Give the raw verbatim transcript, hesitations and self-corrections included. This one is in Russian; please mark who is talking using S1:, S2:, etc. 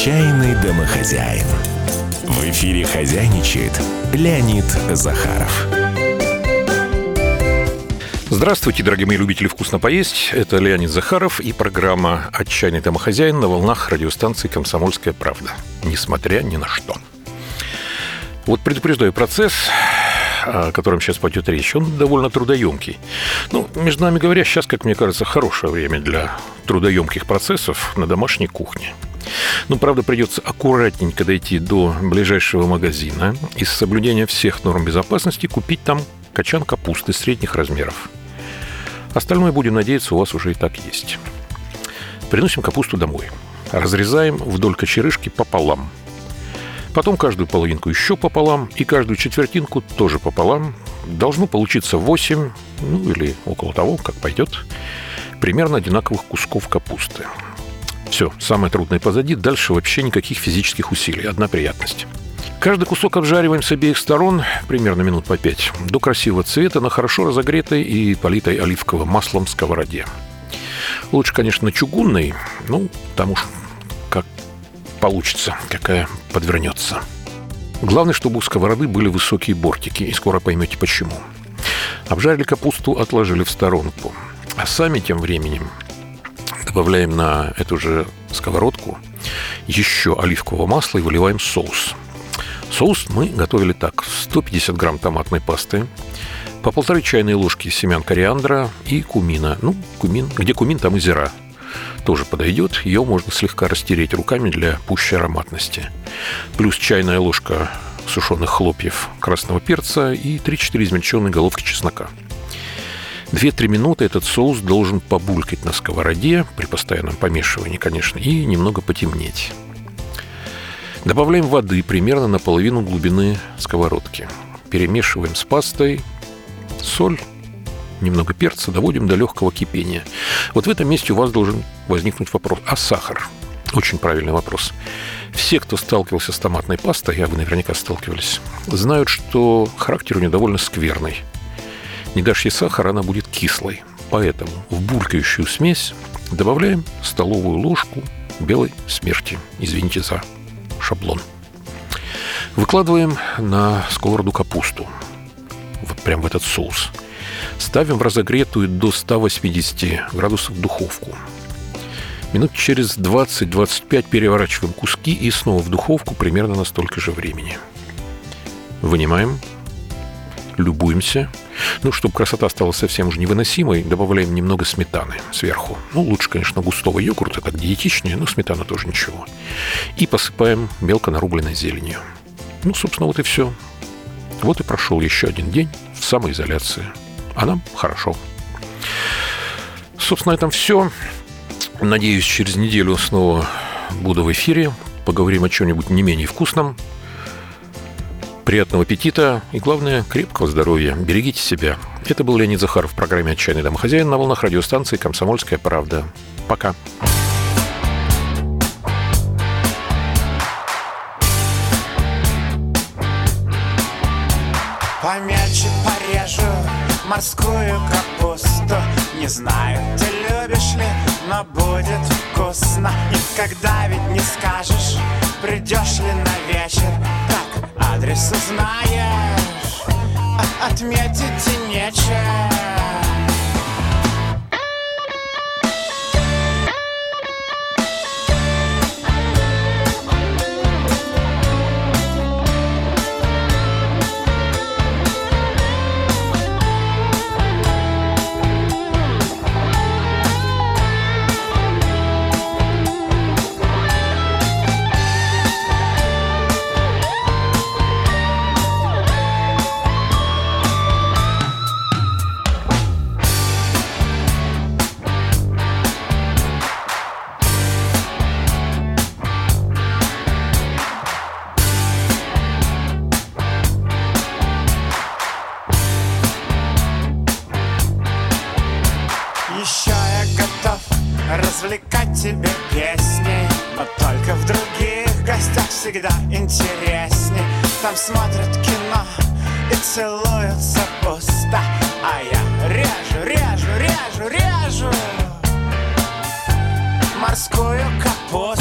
S1: Отчаянный домохозяин. В эфире хозяйничает Леонид Захаров.
S2: Здравствуйте, дорогие мои любители вкусно поесть. Это Леонид Захаров и программа «Отчаянный домохозяин» на волнах радиостанции «Комсомольская правда». Несмотря ни на что. Вот предупреждаю, процесс, о котором сейчас пойдет речь, он довольно трудоемкий. Ну, между нами говоря, сейчас, как мне кажется, хорошее время для трудоемких процессов на домашней кухне. Ну, правда, придется аккуратненько дойти до ближайшего магазина и с соблюдением всех норм безопасности купить там качан капусты средних размеров. Остальное, будем надеяться, у вас уже и так есть. Приносим капусту домой. Разрезаем вдоль кочерышки пополам. Потом каждую половинку еще пополам и каждую четвертинку тоже пополам. Должно получиться восемь, ну или около того, как пойдет, примерно одинаковых кусков капусты. Все, самое трудное позади. Дальше вообще никаких физических усилий. Одна приятность. Каждый кусок обжариваем с обеих сторон, примерно минут по пять, до красивого цвета на хорошо разогретой и политой оливковым маслом сковороде. Лучше, конечно, на чугунной, ну, там уж как получится, какая подвернется. Главное, чтобы у сковороды были высокие бортики, и скоро поймете почему. Обжарили капусту, отложили в сторонку. А сами тем временем добавляем на эту же сковородку еще оливкового масла и выливаем соус. Соус мы готовили так. сто пятьдесят грамм томатной пасты, по полторы чайные ложки семян кориандра и кумина. Ну, кумин, где кумин, там и зира. Тоже подойдет. Ее можно слегка растереть руками для пущей ароматности. Плюс чайная ложка сушеных хлопьев красного перца и три-четыре измельченные головки чеснока. две-три минуты этот соус должен побулькать на сковороде, при постоянном помешивании, конечно, и немного потемнеть. Добавляем воды примерно на половину глубины сковородки. Перемешиваем с пастой, соль, немного перца, доводим до легкого кипения. Вот в этом месте у вас должен возникнуть вопрос: а сахар? Очень правильный вопрос. Все, кто сталкивался с томатной пастой, а вы наверняка сталкивались, знают, что характер у нее довольно скверный. Не дашь ей сахар, она будет кислой. Поэтому в булькающую смесь добавляем столовую ложку белой смерти. Извините за шаблон. Выкладываем на сковороду капусту. Вот прям в этот соус. Ставим в разогретую до ста восьмидесяти градусов духовку. Минут через двадцать-двадцать пять переворачиваем куски и снова в духовку примерно на столько же времени. Вынимаем. Любуемся. Ну, чтобы красота стала совсем уже невыносимой, добавляем немного сметаны сверху. Ну, лучше, конечно, густого йогурта, так диетичнее, но сметана тоже ничего. И посыпаем мелко нарубленной зеленью. Ну, собственно, вот и все. Вот и прошел еще один день в самоизоляции. А нам хорошо. Собственно, на этом все. Надеюсь, через неделю снова буду в эфире. Поговорим о чем-нибудь не менее вкусном. Приятного аппетита и, главное, крепкого здоровья. Берегите себя. Это был Леонид Захаров в программе «Отчаянный домохозяин» на волнах радиостанции «Комсомольская правда». Пока.
S3: Помельче порежу морскую капусту. Не знаю, ты любишь ли, но будет вкусно. Никогда ведь не скажешь, придешь ли на вечер. Так адрес узнаешь, а отметить и нечем. Развлекать тебя песней, но только в других гостях всегда интересней. Там смотрят кино и целуются пусто, а я режу, режу, режу, режу морскую капусту.